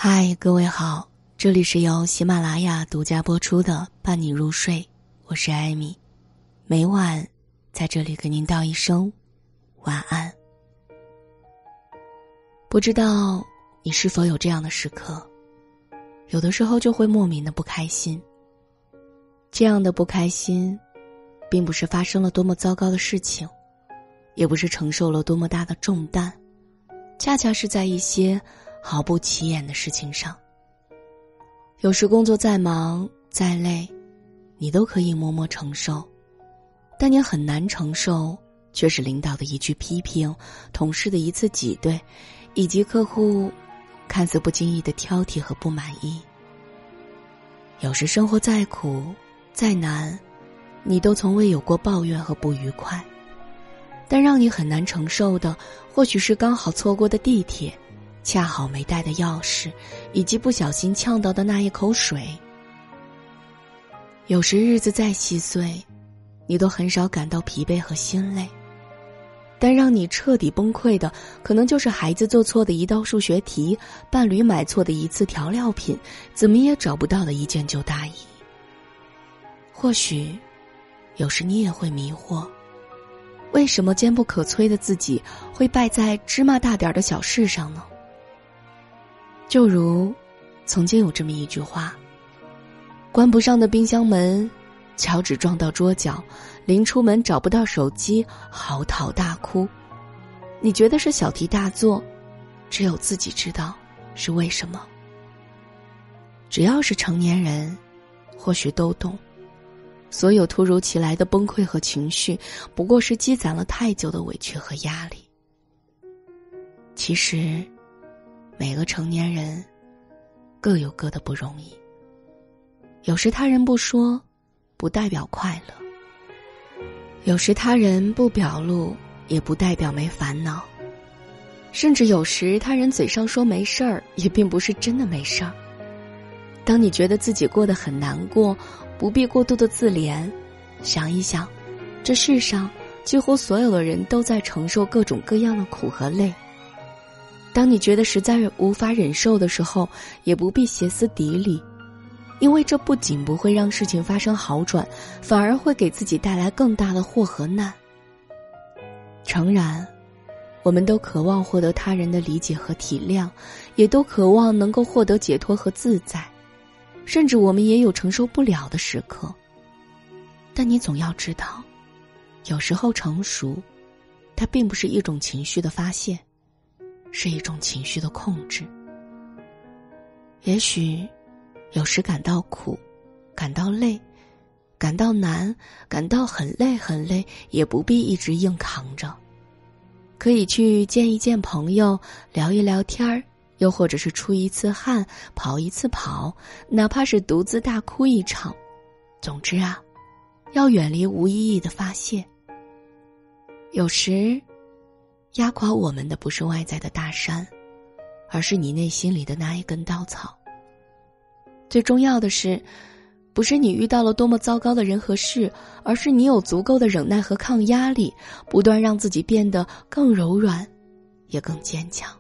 嗨，各位好，这里是由喜马拉雅独家播出的伴你入睡，我是艾米，每晚在这里跟您道一声晚安。不知道你是否有这样的时刻，有的时候就会莫名的不开心。这样的不开心并不是发生了多么糟糕的事情，也不是承受了多么大的重担，恰恰是在一些毫不起眼的事情上。有时工作再忙再累，你都可以默默承受，但你很难承受却是领导的一句批评，同事的一次挤兑，以及客户看似不经意的挑剔和不满意。有时生活再苦再难，你都从未有过抱怨和不愉快，但让你很难承受的或许是刚好错过的地铁，恰好没带的钥匙，以及不小心呛到的那一口水。有时日子再细碎，你都很少感到疲惫和心累，但让你彻底崩溃的可能就是孩子做错的一道数学题，伴侣买错的一次调料品，怎么也找不到的一件旧大衣。或许有时你也会迷惑，为什么坚不可摧的自己会败在芝麻大点的小事上呢？就如曾经有这么一句话，关不上的冰箱门，脚趾撞到桌角，临出门找不到手机，嚎啕大哭。你觉得是小题大做，只有自己知道是为什么。只要是成年人，或许都懂，所有突如其来的崩溃和情绪，不过是积攒了太久的委屈和压力。其实每个成年人各有各的不容易，有时他人不说不代表快乐，有时他人不表露也不代表没烦恼，甚至有时他人嘴上说没事儿，也并不是真的没事儿。当你觉得自己过得很难过，不必过度的自怜，想一想，这世上几乎所有的人都在承受各种各样的苦和累。当你觉得实在无法忍受的时候，也不必歇斯底里，因为这不仅不会让事情发生好转，反而会给自己带来更大的祸和难。诚然，我们都渴望获得他人的理解和体谅，也都渴望能够获得解脱和自在，甚至我们也有承受不了的时刻。但你总要知道，有时候成熟，它并不是一种情绪的发泄，是一种情绪的控制。也许有时感到苦，感到累，感到难，感到很累很累，也不必一直硬扛着，可以去见一见朋友，聊一聊天儿，又或者是出一次汗，跑一次跑，哪怕是独自大哭一场。总之啊，要远离无意义的发泄。有时压垮我们的不是外在的大山，而是你内心里的那一根稻草。最重要的是，不是你遇到了多么糟糕的人和事，而是你有足够的忍耐和抗压力，不断让自己变得更柔软，也更坚强。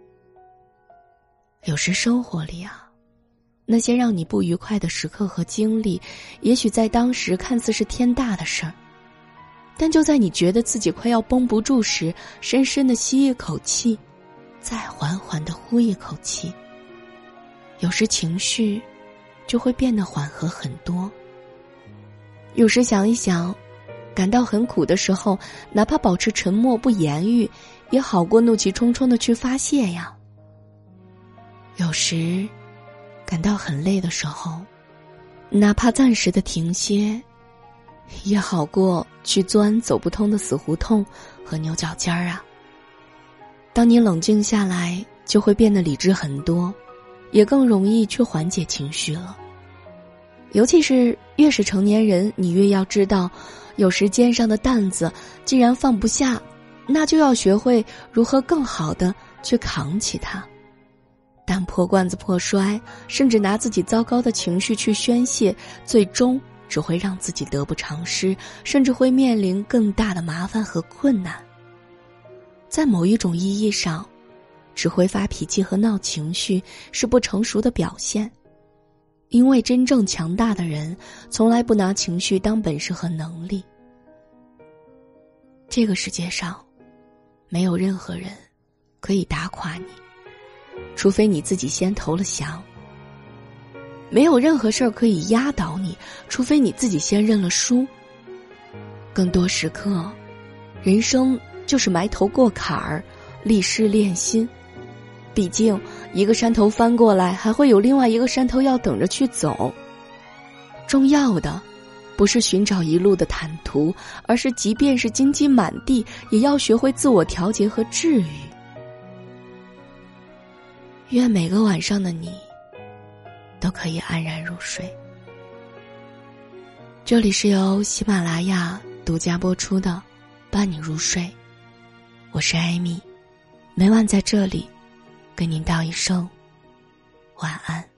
有时生活里啊，那些让你不愉快的时刻和经历，也许在当时看似是天大的事儿，但就在你觉得自己快要绷不住时，深深地吸一口气，再缓缓地呼一口气，有时情绪就会变得缓和很多。有时想一想，感到很苦的时候，哪怕保持沉默不言语，也好过怒气冲冲地去发泄呀。有时感到很累的时候，哪怕暂时的停歇，也好过去钻走不通的死胡同和牛角尖儿啊。当你冷静下来，就会变得理智很多，也更容易去缓解情绪了。尤其是越是成年人，你越要知道，有时肩上的担子既然放不下，那就要学会如何更好的去扛起它。但破罐子破摔，甚至拿自己糟糕的情绪去宣泄，最终只会让自己得不偿失，甚至会面临更大的麻烦和困难。在某一种意义上， 只会发脾气和闹情绪是不成熟的表现。因为真正强大的人从来不拿情绪当本事和能力。这个世界上没有任何人可以打垮你，除非你自己先投了降。没有任何事儿可以压倒你，除非你自己先认了输。更多时刻，人生就是埋头过坎儿，历事练心。毕竟一个山头翻过来，还会有另外一个山头要等着去走。重要的不是寻找一路的坦途，而是即便是荆棘满地，也要学会自我调节和治愈。愿每个晚上的你都可以安然入睡。这里是由喜马拉雅独家播出的伴你入睡，我是艾米，每晚在这里跟您道一声晚安。